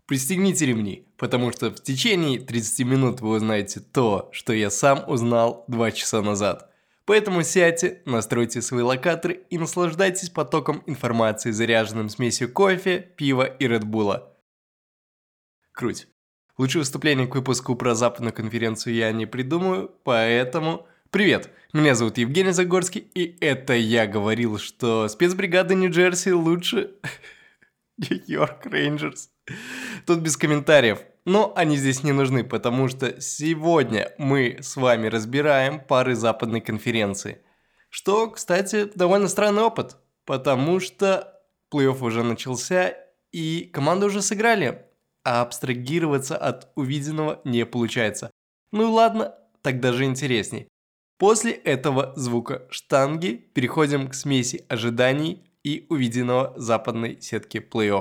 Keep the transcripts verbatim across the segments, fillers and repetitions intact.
Пристегните ремни, потому что в течение тридцати минут вы узнаете то, что я сам узнал два часа назад. Поэтому сядьте, настройте свои локаторы и наслаждайтесь потоком информации, заряженным смесью кофе, пива и редбула. Круть. Лучшее выступление к выпуску про западную конференцию я не придумаю, поэтому... Привет, меня зовут Евгений Загорский, и это я говорил, что спецбригада Нью-Джерси лучше Нью-Йорк Рейнджерс. Тут без комментариев, но они здесь не нужны, потому что сегодня мы с вами разбираем пары западной конференции. Что, кстати, довольно странный опыт, потому что плей-офф уже начался и команды уже сыграли, а абстрагироваться от увиденного не получается. Ну и ладно, так даже интересней. После этого звука штанги переходим к смеси ожиданий и увиденного западной сетки плей-офф.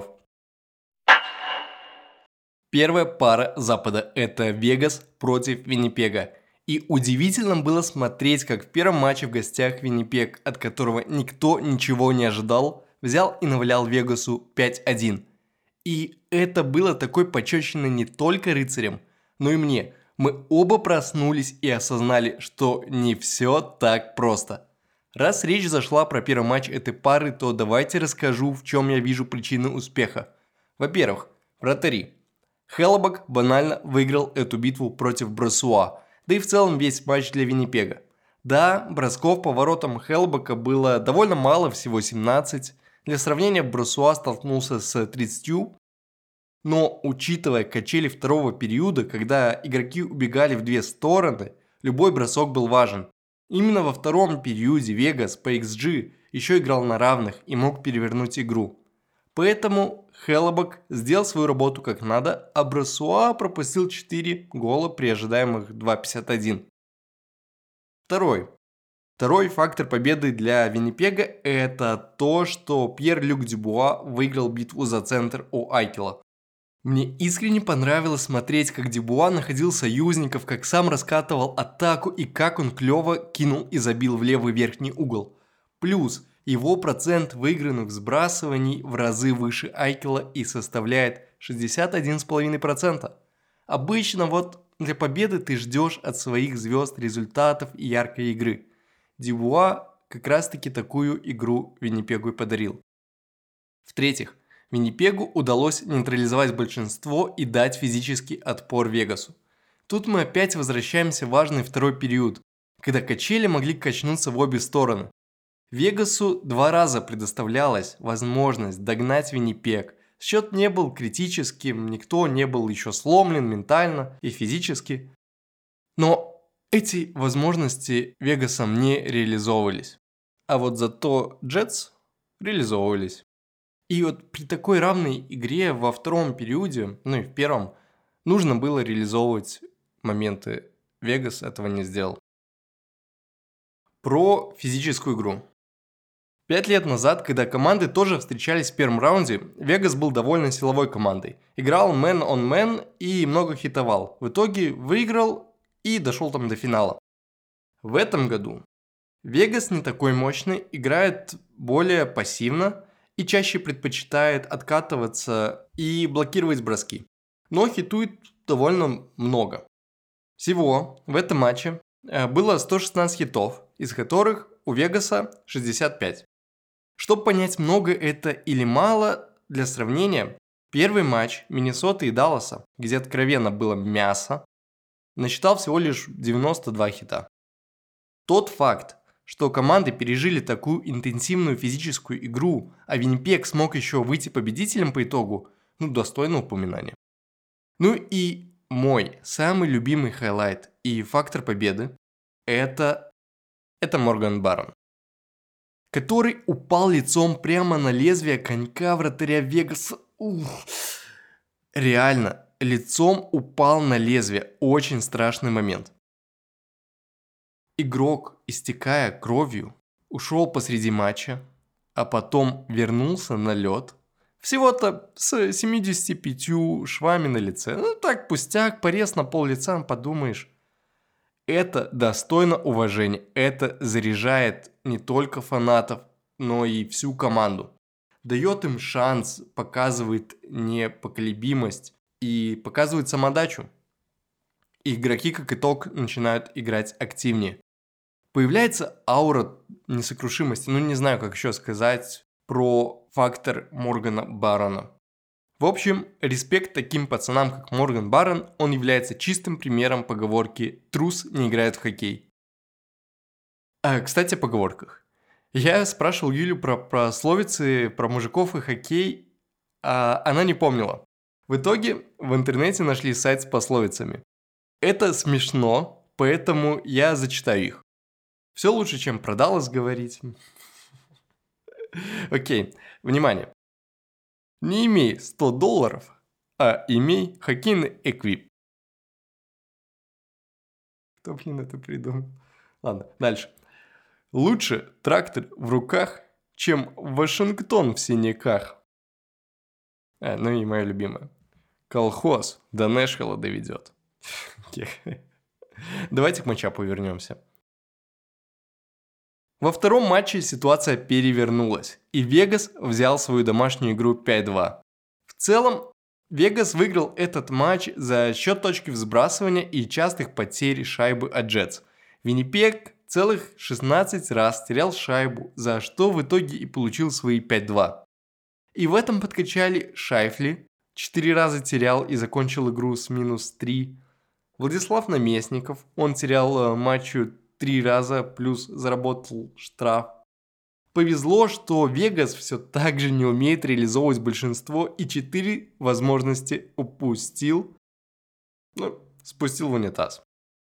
Первая пара Запада – это Вегас против Виннипега. И удивительно было смотреть, как в первом матче в гостях Виннипег, от которого никто ничего не ожидал, взял и навалял Вегасу пять один. И это было такой пощечиной не только рыцарям, но и мне. Мы оба проснулись и осознали, что не все так просто. Раз речь зашла про первый матч этой пары, то давайте расскажу, в чем я вижу причины успеха. Во-первых, вратари. Хеллебак банально выиграл эту битву против Брасуа, да и в целом весь матч для Виннипега. Да, бросков по воротам Хеллебака было довольно мало, всего семнадцать. Для сравнения, Брасуа столкнулся с тридцатью. Но, учитывая качели второго периода, когда игроки убегали в две стороны, любой бросок был важен. Именно во втором периоде Вегас по икс джи еще играл на равных и мог перевернуть игру. Поэтому Хеллебак сделал свою работу как надо, а Брасуа пропустил четыре гола при ожидаемых два пятьдесят один. Второй. Второй фактор победы для Виннипега – это то, что Пьер-Люк Дюбуа выиграл битву за центр у Айкела. Мне искренне понравилось смотреть, как Дюбуа находил союзников, как сам раскатывал атаку и как он клево кинул и забил в левый верхний угол. Плюс его процент выигранных сбрасываний в разы выше Айкела и составляет шестьдесят один целых пять десятых процента. Обычно вот для победы ты ждешь от своих звезд результатов и яркой игры. Дюбуа как раз таки такую игру Виннипегу и подарил. В-третьих, Виннипегу удалось нейтрализовать большинство и дать физический отпор Вегасу. Тут мы опять возвращаемся в важный второй период, когда качели могли качнуться в обе стороны. Вегасу два раза предоставлялась возможность догнать Виннипег. Счет не был критическим, никто не был еще сломлен ментально и физически. Но эти возможности Вегасом не реализовывались. А вот зато Джетс реализовывались. И вот при такой равной игре во втором периоде, ну и в первом, нужно было реализовывать моменты. Вегас этого не сделал. Про физическую игру. Пять лет назад, когда команды тоже встречались в первом раунде, Вегас был довольно силовой командой. Играл мэн-он-мэн и много хитовал. В итоге выиграл и дошел там до финала. В этом году Вегас не такой мощный, играет более пассивно и чаще предпочитает откатываться и блокировать броски. Но хитует довольно много. Всего в этом матче было сто шестнадцать хитов, из которых у Вегаса шестьдесят пять. Чтобы понять, много это или мало, для сравнения, первый матч Миннесоты и Далласа, где откровенно было мясо, насчитал всего лишь девяносто два хита. Тот факт, что команды пережили такую интенсивную физическую игру, а Виннипег смог еще выйти победителем по итогу, ну, достойно упоминания. Ну и мой самый любимый хайлайт и фактор победы – это, это Морган Барон, который упал лицом прямо на лезвие конька вратаря Вегаса. Ух. Реально, лицом упал на лезвие. Очень страшный момент. Игрок, истекая кровью, ушел посреди матча, а потом вернулся на лед. Всего-то с семьюдесятью пятью швами на лице. Ну так, пустяк, порез на пол лица, подумаешь. Это достойно уважения. Это заряжает не только фанатов, но и всю команду. Дает им шанс, показывает непоколебимость и показывают самодачу. И игроки, как итог, начинают играть активнее. Появляется аура несокрушимости, ну не знаю, как еще сказать, про фактор Моргана Баррона. В общем, респект таким пацанам, как Морган Баррон, он является чистым примером поговорки «трус не играет в хоккей». А, кстати, о поговорках. Я спрашивал Юлю про пословицы, про мужиков и хоккей, а она не помнила. В итоге в интернете нашли сайт с пословицами. Это смешно, поэтому я зачитаю их. Все лучше, чем про Даллас говорить. Окей, внимание. Не имей сто долларов, а имей хоккейный эквип. Кто, блин, это придумал? Ладно, дальше. Лучше трактор в руках, чем Вашингтон в синяках. А, ну и моя любимая. Колхоз до Нэшвилла доведет. Давайте к матчапу вернемся. Во втором матче ситуация перевернулась, и Вегас взял свою домашнюю игру пять-два. В целом, Вегас выиграл этот матч за счет точки взбрасывания и частых потерь шайбы от Джетс. Виннипег целых шестнадцать раз терял шайбу, за что в итоге и получил свои пять-два. И в этом подкачали Шайфли, четыре раза терял и закончил игру с минус три. Владислав Наместников, он терял матчу три раза, плюс заработал штраф. Повезло, что Вегас все так же не умеет реализовывать большинство и четыре возможности упустил, ну, спустил в унитаз.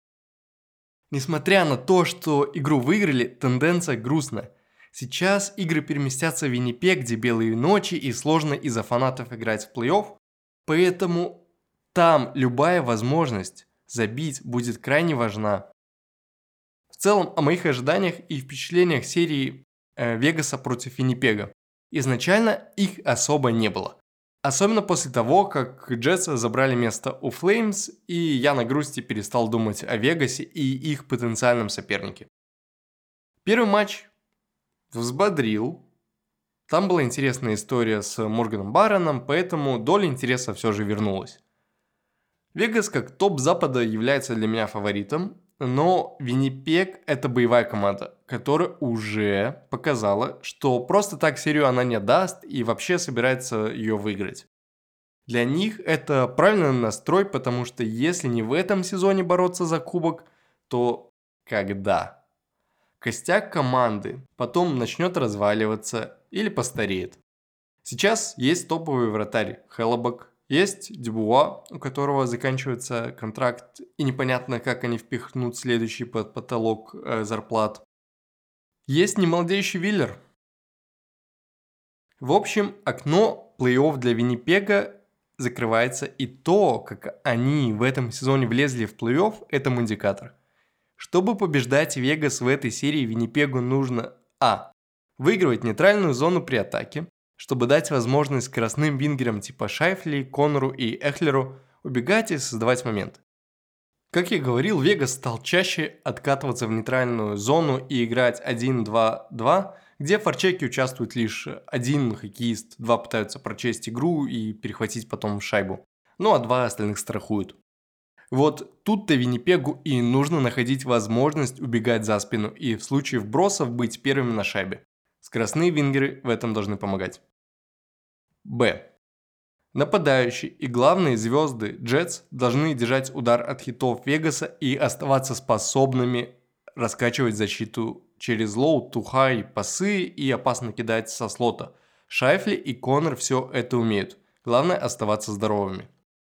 Несмотря на то, что игру выиграли, тенденция грустная. Сейчас игры переместятся в Виннипег, где белые ночи и сложно из-за фанатов играть в плей-офф, поэтому там любая возможность забить будет крайне важна. В целом, о моих ожиданиях и впечатлениях серии э, Вегаса против Виннипега. Изначально их особо не было. Особенно после того, как Джетс забрали место у Флеймс, и я на грусти перестал думать о Вегасе и их потенциальном сопернике. Первый матч взбодрил. Там была интересная история с Морганом Барроном, поэтому доля интереса все же вернулась. Вегас как топ Запада является для меня фаворитом, но Виннипег – это боевая команда, которая уже показала, что просто так серию она не даст и вообще собирается ее выиграть. Для них это правильный настрой, потому что если не в этом сезоне бороться за кубок, то когда? Костяк команды потом начнет разваливаться или постареет. Сейчас есть топовый вратарь Хеллебак, есть Дюбуа, у которого заканчивается контракт, и непонятно, как они впихнут следующий под потолок э, зарплат. Есть немолодеющий Виллер. В общем, окно плей-офф для Виннипега закрывается, и то, как они в этом сезоне влезли в плей-офф, этому индикатор. Чтобы побеждать Вегас в этой серии, Виннипегу нужно а. выигрывать нейтральную зону при атаке, чтобы дать возможность скоростным вингерам типа Шайфли, Коннору и Эхлеру убегать и создавать момент. Как я говорил, Вегас стал чаще откатываться в нейтральную зону и играть один-два-два, где в форчеке участвует лишь один хоккеист, два пытаются прочесть игру и перехватить потом шайбу, ну а два остальных страхуют. Вот тут-то Виннипегу и нужно находить возможность убегать за спину и в случае вбросов быть первыми на шайбе. Скоростные вингеры в этом должны помогать. Б. Нападающие и главные звезды Джетс должны держать удар от хитов Вегаса и оставаться способными раскачивать защиту через лоу-ту-хай пасы и опасно кидать со слота. Шайфли и Коннор все это умеют. Главное оставаться здоровыми.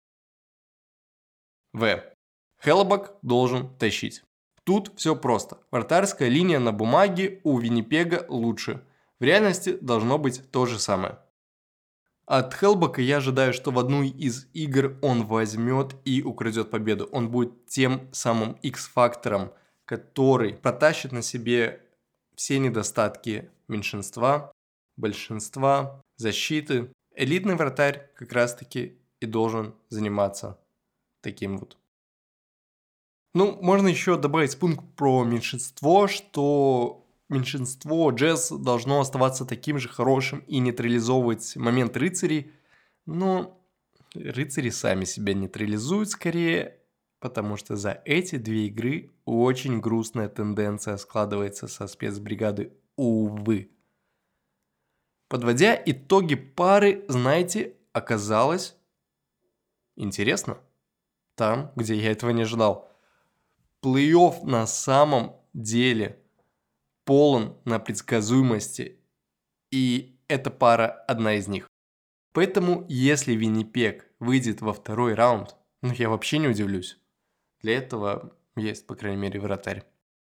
В. Хеллебак должен тащить. Тут все просто. Вратарская линия на бумаге у Виннипега лучше. В реальности должно быть то же самое. От Хеллбака я ожидаю, что в одну из игр он возьмет и украдет победу. Он будет тем самым X-фактором, который протащит на себе все недостатки меньшинства, большинства, защиты. Элитный вратарь как раз-таки и должен заниматься таким вот. Ну, можно еще добавить пункт про меньшинство, что меньшинство Джетс должно оставаться таким же хорошим и нейтрализовывать момент рыцарей, но рыцари сами себя нейтрализуют скорее, потому что за эти две игры очень грустная тенденция складывается со спецбригадой, увы. Подводя итоги пары, знаете, оказалось интересно. Там, где я этого не ожидал. Плей-офф на самом деле полон на предсказуемости, и эта пара одна из них. Поэтому, если Виннипег выйдет во второй раунд, ну я вообще не удивлюсь. Для этого есть, по крайней мере, вратарь.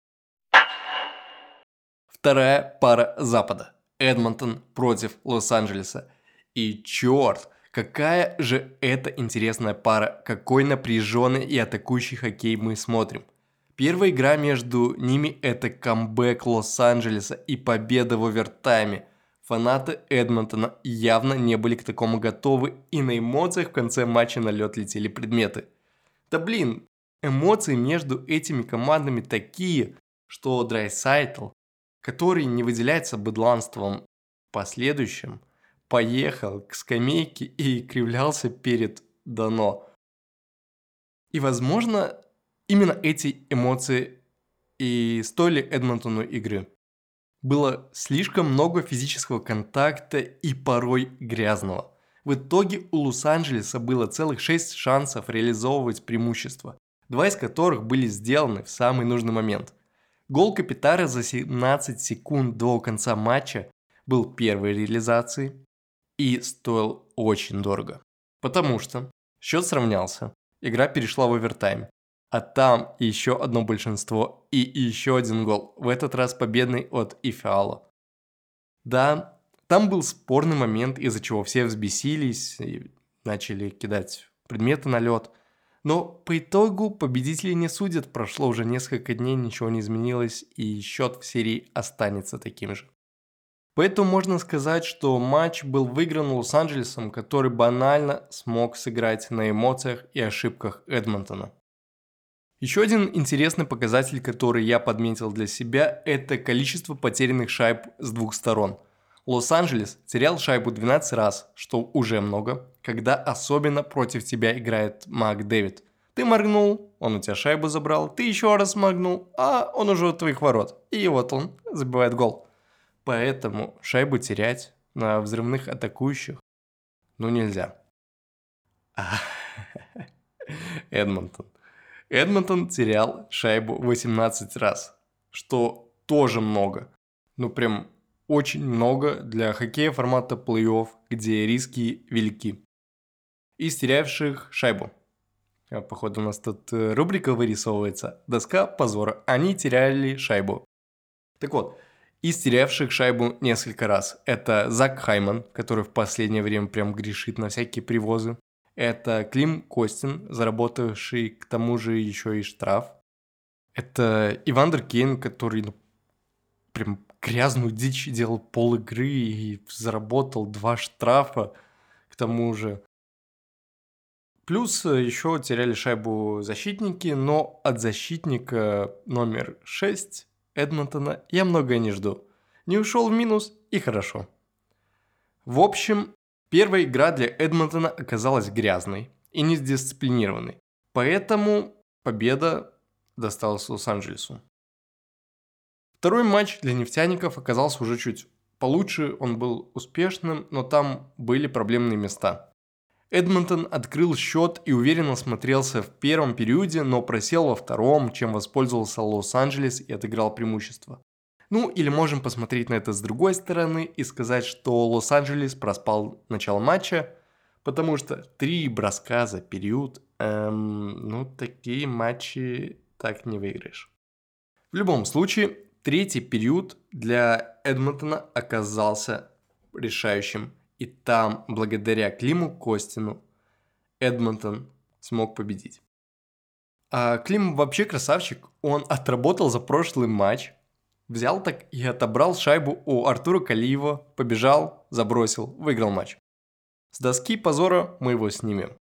Вторая пара Запада. Эдмонтон против Лос-Анджелеса. И черт, какая же это интересная пара, какой напряженный и атакующий хоккей мы смотрим. Первая игра между ними – это камбэк Лос-Анджелеса и победа в овертайме. Фанаты Эдмонтона явно не были к такому готовы, и на эмоциях в конце матча на лед летели предметы. Да блин, эмоции между этими командами такие, что Драйсайтл, который не выделяется быдланством в последующем, поехал к скамейке и кривлялся перед Дано. И, возможно, именно эти эмоции и стоили Эдмонтону игры. Было слишком много физического контакта и порой грязного. В итоге у Лос-Анджелеса было целых шесть шансов реализовывать преимущество, два из которых были сделаны в самый нужный момент. Гол Капитара за семнадцать секунд до конца матча был первой реализацией и стоил очень дорого. Потому что счет сравнялся, игра перешла в овертайм, а там еще одно большинство и еще один гол, в этот раз победный от Ифиало. Да, там был спорный момент, из-за чего все взбесились и начали кидать предметы на лед. Но по итогу победителей не судят, прошло уже несколько дней, ничего не изменилось, и счет в серии останется таким же. Поэтому можно сказать, что матч был выигран Лос-Анджелесом, который банально смог сыграть на эмоциях и ошибках Эдмонтона. Еще один интересный показатель, который я подметил для себя, это количество потерянных шайб с двух сторон. Лос-Анджелес терял шайбу двенадцать раз, что уже много, когда особенно против тебя играет МакДэвид. Ты моргнул, он у тебя шайбу забрал, ты еще раз моргнул, а он уже у твоих ворот. И вот он забивает гол. Поэтому шайбу терять на взрывных атакующих, ну нельзя. Эдмонтон. Эдмонтон терял шайбу восемнадцать раз, что тоже много. Ну прям очень много для хоккея формата плей-офф, где риски велики. Из терявших шайбу. Походу у нас тут рубрика вырисовывается. Доска позора. Они теряли шайбу. Так вот, из терявших шайбу несколько раз. Это Зак Хайман, который в последнее время прям грешит на всякие привозы. Это Клим Костин, заработавший к тому же еще и штраф. Это Ивандер Кейн, который ну, прям грязную дичь делал пол игры и заработал два штрафа к тому же. Плюс еще теряли шайбу защитники, но от защитника номер шесть Эдмонтона я многое не жду. Не ушел в минус и хорошо. В общем, первая игра для Эдмонтона оказалась грязной и недисциплинированной, поэтому победа досталась Лос-Анджелесу. Второй матч для нефтяников оказался уже чуть получше, он был успешным, но там были проблемные места. Эдмонтон открыл счет и уверенно смотрелся в первом периоде, но просел во втором, чем воспользовался Лос-Анджелес и отыграл преимущество. Ну, или можем посмотреть на это с другой стороны и сказать, что Лос-Анджелес проспал начало матча, потому что три броска за период, эм, ну, такие матчи так не выиграешь. В любом случае, третий период для Эдмонтона оказался решающим. И там, благодаря Климу Костину, Эдмонтон смог победить. А Клим вообще красавчик, он отработал за прошлый матч, взял так и отобрал шайбу у Артура Калиева, побежал, забросил, выиграл матч. С доски позора мы его снимем.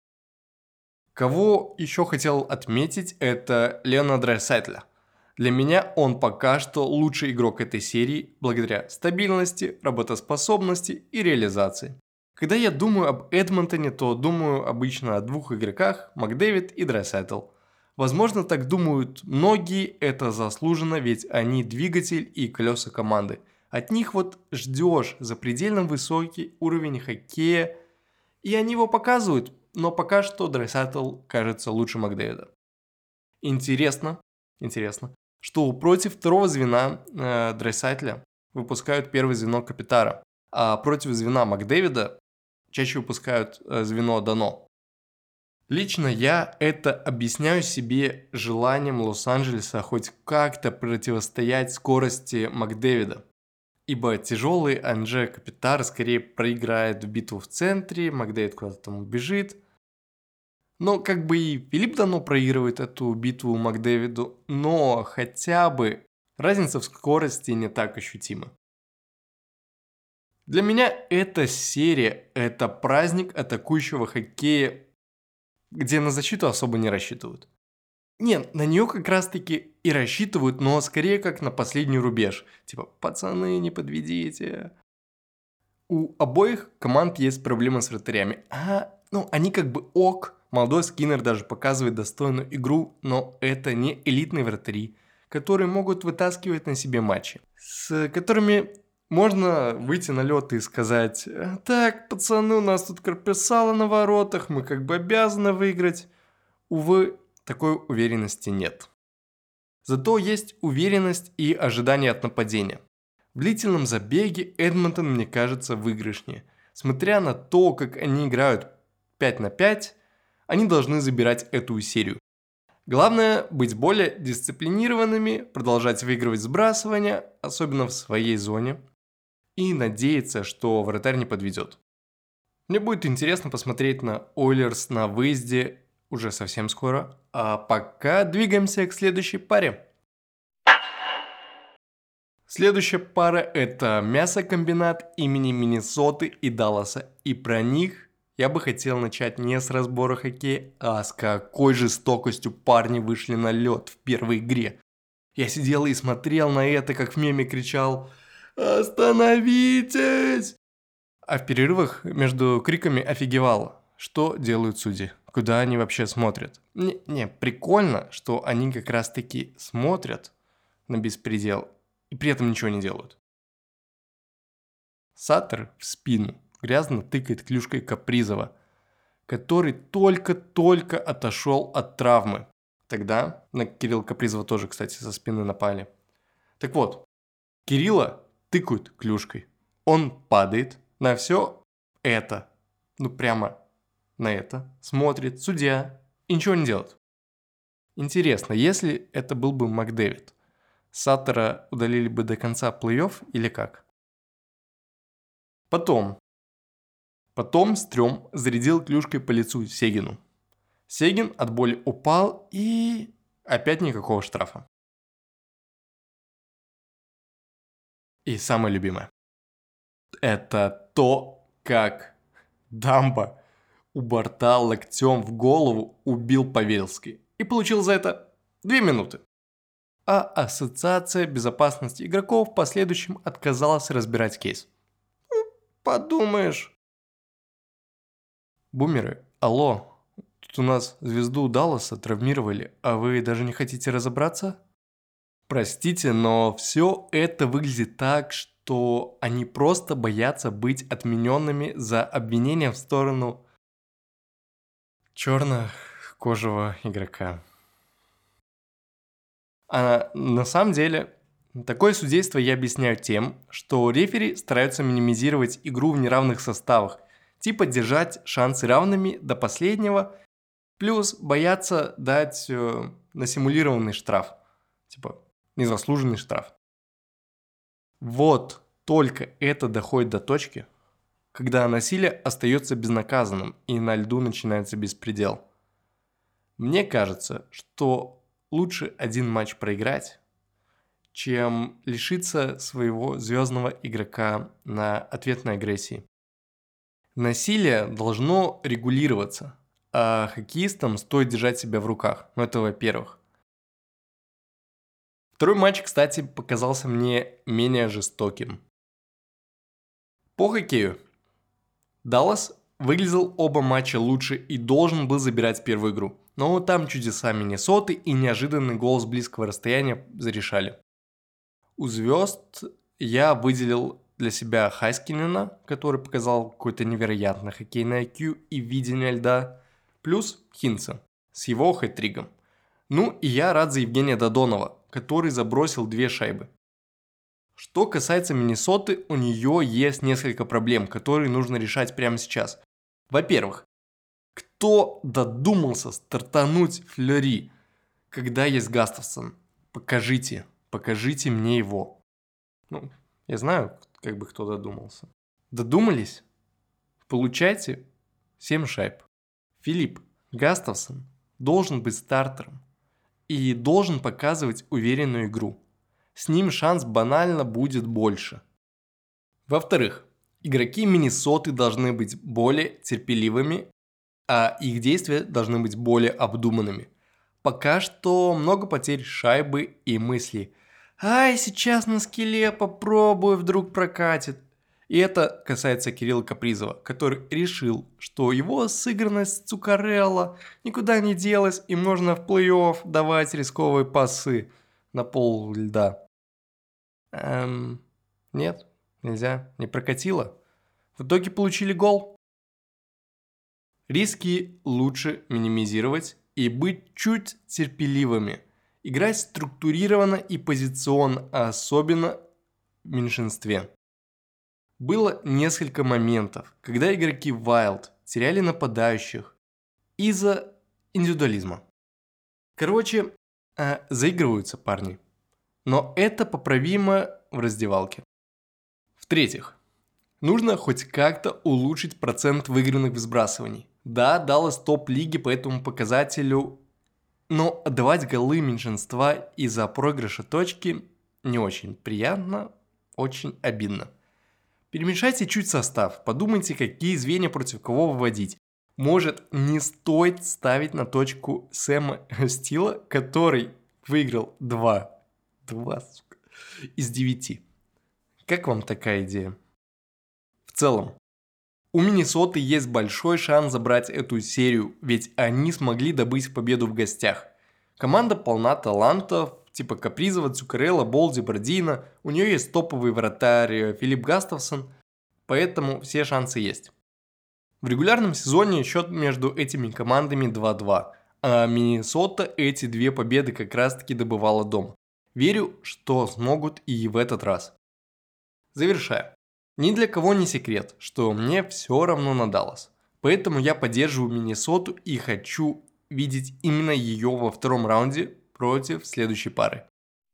Кого еще хотел отметить, это Леона Драйсайтля. Для меня он пока что лучший игрок этой серии благодаря стабильности, работоспособности и реализации. Когда я думаю об Эдмонтоне, то думаю обычно о двух игроках, Макдэвид и Драйсайтл. Возможно, так думают многие, это заслуженно, ведь они двигатель и колеса команды. От них вот ждешь запредельно высокий уровень хоккея, и они его показывают, но пока что Драйсайтл кажется лучше Макдэвида. Интересно, интересно, что против второго звена э, Драйсайтля выпускают первое звено Капитара, а против звена Макдэвида чаще выпускают э, звено Дано. Лично я это объясняю себе желанием Лос-Анджелеса хоть как-то противостоять скорости Макдэвида. Ибо тяжелый Анже Капитар скорее проиграет в битву в центре, Макдэвид куда-то там убежит. Но как бы и Филипп Дано проигрывает эту битву Макдэвиду, но хотя бы разница в скорости не так ощутима. Для меня эта серия – это праздник атакующего хоккея, где на защиту особо не рассчитывают. Нет, на нее как раз таки и рассчитывают, но скорее как на последний рубеж. Типа, пацаны, не подведите. У обоих команд есть проблемы с вратарями. А, ну, они как бы ок. Молодой Скиннер даже показывает достойную игру, но это не элитные вратари, которые могут вытаскивать на себе матчи, с которыми можно выйти на лед и сказать: так, пацаны, у нас тут Корпесало на воротах, мы как бы обязаны выиграть. Увы, такой уверенности нет. Зато есть уверенность и ожидание от нападения. В длительном забеге Эдмонтон, мне кажется, выигрышнее. Смотря на то, как они играют пять на пять, они должны забирать эту серию. Главное быть более дисциплинированными, продолжать выигрывать сбрасывания, особенно в своей зоне, и надеяться, что вратарь не подведет. Мне будет интересно посмотреть на Ойлерс на выезде уже совсем скоро, а пока двигаемся к следующей паре. Следующая пара – это мясокомбинат имени Миннесоты и Далласа, и про них я бы хотел начать не с разбора хоккея, а с какой жестокостью парни вышли на лед в первой игре. Я сидел и смотрел на это, как в меме кричал: «Остановитесь!» А в перерывах между криками офигевал, что делают судьи, куда они вообще смотрят. Не, не, прикольно, что они как раз таки смотрят на беспредел и при этом ничего не делают. Саттер в спину грязно тыкает клюшкой Капризова, который только-только отошел от травмы. Тогда на Кирилла Капризова тоже, кстати, со спины напали. Так вот, Кирилла тыкают клюшкой. Он падает на все это, ну прямо на это, смотрит судья и ничего не делает. Интересно, если это был бы Макдэвид, Саттера удалили бы до конца плей-офф или как? Потом. Потом Стрём зарядил клюшкой по лицу Сегину. Сегин от боли упал и опять никакого штрафа. И самое любимое. Это то, как Дамба у борта локтем в голову убил Павельский. И получил за это две минуты. А Ассоциация безопасности игроков в последующем отказалась разбирать кейс. Подумаешь. Бумеры, алло, тут у нас звезду Далласа травмировали, а вы даже не хотите разобраться? Простите, но все это выглядит так, что они просто боятся быть отмененными за обвинение в сторону чернокожего игрока. А на самом деле, такое судейство я объясняю тем, что рефери стараются минимизировать игру в неравных составах, типа держать шансы равными до последнего, плюс боятся дать э, насимулированный штраф, типа незаслуженный штраф. Вот только это доходит до точки, когда насилие остается безнаказанным и на льду начинается беспредел. Мне кажется, что лучше один матч проиграть, чем лишиться своего звездного игрока на ответной агрессии. Насилие должно регулироваться, а хоккеистам стоит держать себя в руках. Ну, это во-первых. Второй матч, кстати, показался мне менее жестоким. По хоккею Даллас выглядел оба матча лучше и должен был забирать первую игру. Но там чудеса Миннесоты и неожиданный гол с близкого расстояния зарешали. У звезд я выделил для себя Хайскинена, который показал какой-то невероятный хоккейный ай кью и видение льда, плюс Хинца с его хэт-триком. Ну и я рад за Евгения Додонова, который забросил две шайбы. Что касается Миннесоты, у нее есть несколько проблем, которые нужно решать прямо сейчас. Во-первых, кто додумался стартануть Флeury, когда есть Гастафсон? Покажите, покажите мне его. Ну, я знаю, как бы кто додумался. Додумались? Получайте семь шайб. Филипп Гастафсон должен быть стартером и должен показывать уверенную игру. С ним шанс банально будет больше. Во-вторых, игроки Миннесоты должны быть более терпеливыми, а их действия должны быть более обдуманными. Пока что много потерь шайбы и мыслей. «Ай, сейчас на скилле попробую, вдруг прокатит». И это касается Кирилла Капризова, который решил, что его сыгранность Цуккарелло никуда не делась и можно в плей-офф давать рисковые пасы на пол льда. Эм, нет, нельзя, не прокатило. В итоге получили гол. Риски лучше минимизировать и быть чуть терпеливыми. Играть структурированно и позиционно, а особенно в меньшинстве. Было несколько моментов, когда игроки Wild теряли нападающих из-за индивидуализма. Короче, э, заигрываются парни. Но это поправимо в раздевалке. В-третьих, нужно хоть как-то улучшить процент выигранных сбрасываний. Да, Даллас топ лиги по этому показателю, но отдавать голы меньшинства из-за проигрыша точки не очень приятно, очень обидно. Перемешайте чуть состав, подумайте, какие звенья против кого выводить. Может, не стоит ставить на точку Сэма Стила, который выиграл два. Два, сука, из девяти. Как вам такая идея? В целом, у Миннесоты есть большой шанс забрать эту серию, ведь они смогли добыть победу в гостях. Команда полна талантов, типа Капризова, Цуккарелло, Болди, Бродина. У нее есть топовый вратарь Филипп Гастафсон, поэтому все шансы есть. В регулярном сезоне счет между этими командами два-два, а Миннесота эти две победы как раз таки добывала дома. Верю, что смогут и в этот раз. Завершая. Ни для кого не секрет, что мне все равно на Даллас. Поэтому я поддерживаю Миннесоту и хочу видеть именно ее во втором раунде против следующей пары.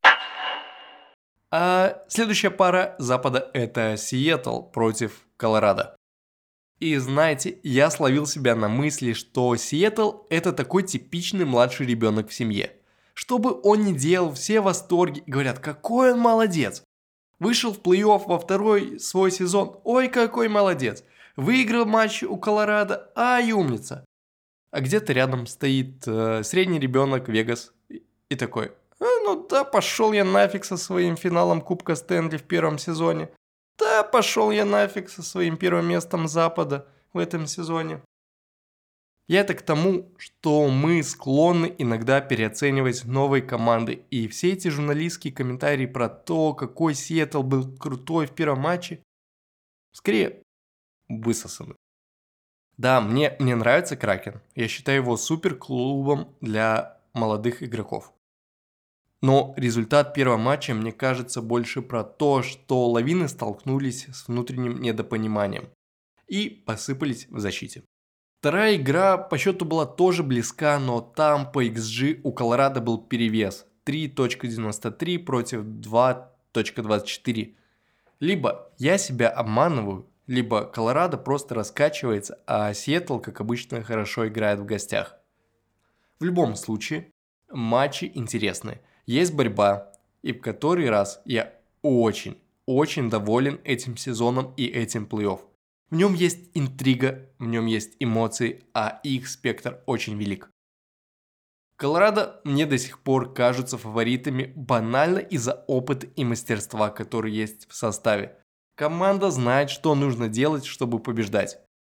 А следующая пара Запада – это Сиэтл против Колорадо. И знаете, я словил себя на мысли, что Сиэтл – это такой типичный младший ребенок в семье. Что бы он ни делал, все в восторге и говорят, какой он молодец. Вышел в плей-офф во второй свой сезон, ой, какой молодец. Выиграл матч у Колорадо, ай, умница. А где-то рядом стоит э, средний ребенок Вегас и, и такой, а, ну да, пошел я нафиг со своим финалом Кубка Стэнли в первом сезоне. Да, пошел я нафиг со своим первым местом Запада в этом сезоне. Я это к тому, что мы склонны иногда переоценивать новые команды, и все эти журналистские комментарии про то, какой Сиэтл был крутой в первом матче, скорее высосаны. Да, мне, мне нравится Кракен, я считаю его супер клубом для молодых игроков. Но результат первого матча мне кажется больше про то, что лавины столкнулись с внутренним недопониманием и посыпались в защите. Вторая игра по счету была тоже близка, но там по икс джи у Колорадо был перевес три девяносто три против два двадцать четыре. Либо я себя обманываю, либо Колорадо просто раскачивается, а Сиэтл, как обычно, хорошо играет в гостях. В любом случае, матчи интересные, есть борьба, и в который раз я очень, очень доволен этим сезоном и этим плей-офф. В нем есть интрига, в нем есть эмоции, а их спектр очень велик. Колорадо мне до сих пор кажутся фаворитами банально из-за опыта и мастерства, которые есть в составе. Команда знает, что нужно делать, чтобы побеждать.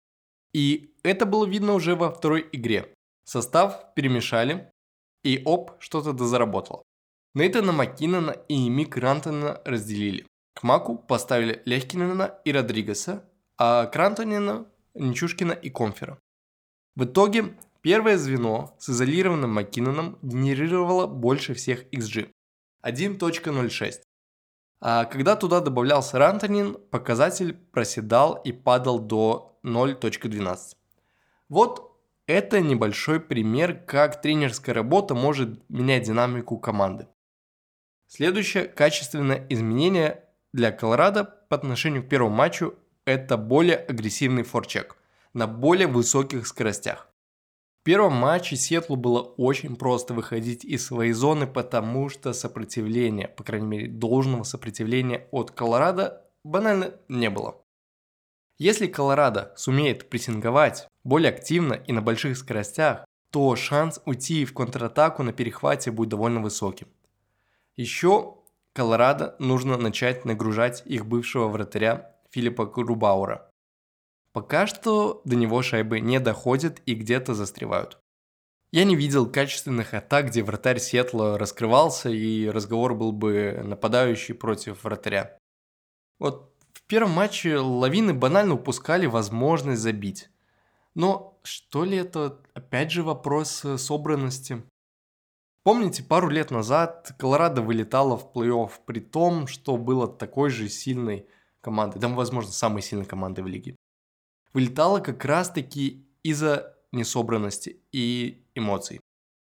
И это было видно уже во второй игре. Состав перемешали, и оп, что-то дозаработало. Нейтана Маккинона и Мик Рантона разделили. К Маку поставили Лехкинена и Родригеса, а к Рантонину – Нечушкина и Комфера. В итоге первое звено с изолированным Маккиноном генерировало больше всех икс джи – один целых ноль шесть. А когда туда добавлялся Рантонин, показатель проседал и падал до ноль целых двенадцать. Вот это небольшой пример, как тренерская работа может менять динамику команды. Следующее качественное изменение для Колорадо по отношению к первому матчу – это более агрессивный форчек на более высоких скоростях. В первом матче Сиэтлу было очень просто выходить из своей зоны, потому что сопротивления, по крайней мере должного сопротивления от Колорадо банально не было. Если Колорадо сумеет прессинговать более активно и на больших скоростях, то шанс уйти в контратаку на перехвате будет довольно высоким. Еще Колорадо нужно начать нагружать их бывшего вратаря Филиппа Грубауэра. Пока что до него шайбы не доходят и где-то застревают. Я не видел качественных атак, где вратарь Сиэтла раскрывался и разговор был бы нападающий против вратаря. Вот в первом матче Лавины банально упускали возможность забить. Но что ли это опять же вопрос собранности? Помните, пару лет назад Колорадо вылетала в плей-офф при том, что было такой же сильной командой, да, возможно, самой сильной командой в лиге. Вылетала как раз-таки из-за несобранности и эмоций.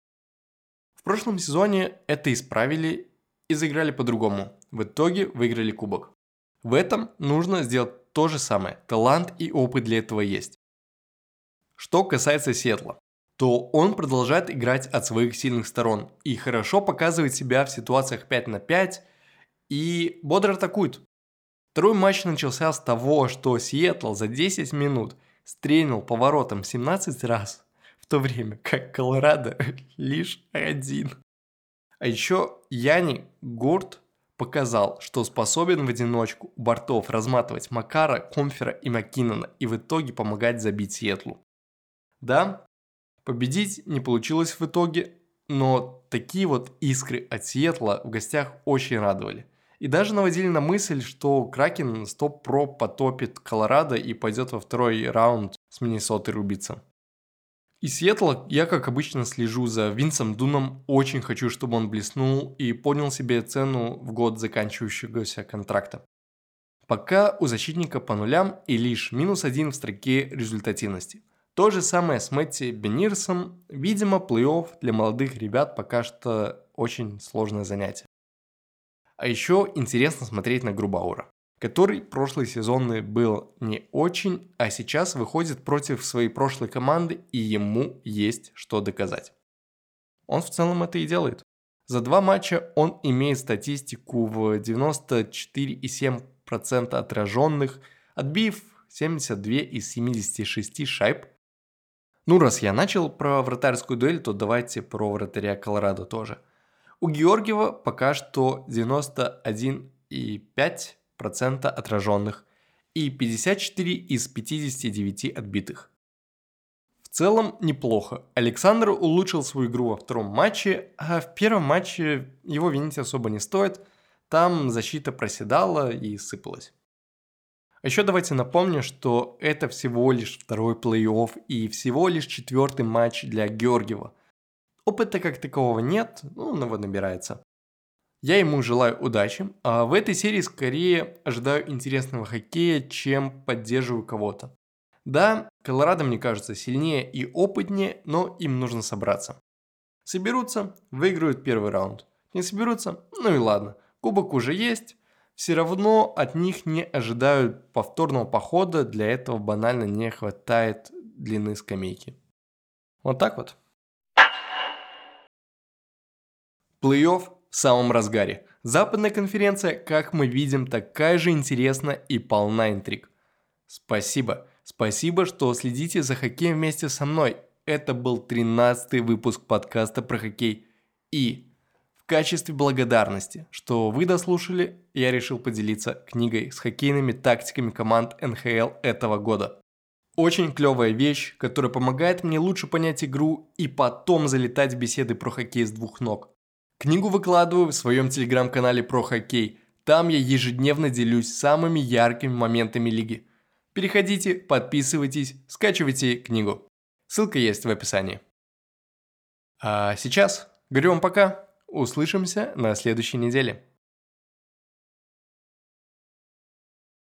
В прошлом сезоне это исправили и заиграли по-другому. В итоге выиграли кубок. В этом нужно сделать то же самое. Талант и опыт для этого есть. Что касается Сиэтла, то он продолжает играть от своих сильных сторон и хорошо показывает себя в ситуациях пять на пять и бодро атакует. Второй матч начался с того, что Сиэтл за десять минут стрельнул поворотом семнадцать раз, в то время как Колорадо лишь один. А еще Яни Гурт показал, что способен в одиночку у бортов разматывать Макара, Комфера и Маккинона и в итоге помогать забить Сиэтлу. Да, победить не получилось в итоге, но такие вот искры от Сиэтла в гостях очень радовали. И даже наводили на мысль, что Кракен сто процентов потопит Колорадо и пойдет во второй раунд с Миннесотой рубиться. Из Сиэтла я, как обычно, слежу за Винсом Дуном, очень хочу, чтобы он блеснул и поднял себе цену в год заканчивающегося контракта. Пока у защитника по нулям и лишь минус один в строке результативности. То же самое с Мэтти Бенирсом. Видимо, плей-офф для молодых ребят пока что очень сложное занятие. А еще интересно смотреть на Грубауэра, который прошлый сезон был не очень, а сейчас выходит против своей прошлой команды и ему есть что доказать. Он в целом это и делает. За два матча он имеет статистику в девяносто четыре целых семь десятых процента отраженных, отбив семьдесят два из семидесяти шести шайб. Ну, раз я начал про вратарскую дуэль, то давайте про вратаря Колорадо тоже. У Георгиева пока что девяносто один целых пять десятых процента отраженных и пятьдесят четыре из пятидесяти девяти отбитых. В целом неплохо. Александр улучшил свою игру во втором матче, а в первом матче его винить особо не стоит. Там защита проседала и сыпалась. А еще давайте напомню, что это всего лишь второй плей-офф и всего лишь четвертый матч для Георгиева. Опыта как такового нет, ну, он его набирается. Я ему желаю удачи, а в этой серии скорее ожидаю интересного хоккея, чем поддерживаю кого-то. Да, Колорадо, мне кажется, сильнее и опытнее, но им нужно собраться. Соберутся, выиграют первый раунд. Не соберутся, ну и ладно, кубок уже есть. Все равно от них не ожидают повторного похода, для этого банально не хватает длины скамейки. Вот так вот. Плей-офф в самом разгаре. Западная конференция, как мы видим, такая же интересна и полна интриг. Спасибо. Спасибо, что следите за хоккеем вместе со мной. Это был тринадцатый выпуск подкаста про хоккей. И в качестве благодарности, что вы дослушали, я решил поделиться книгой с хоккейными тактиками команд эн ха эл этого года. Очень клевая вещь, которая помогает мне лучше понять игру и потом залетать в беседы про хоккей с двух ног. Книгу выкладываю в своем телеграм-канале про хоккей. Там я ежедневно делюсь самыми яркими моментами лиги. Переходите, подписывайтесь, скачивайте книгу. Ссылка есть в описании. А сейчас говорю вам пока. Услышимся на следующей неделе.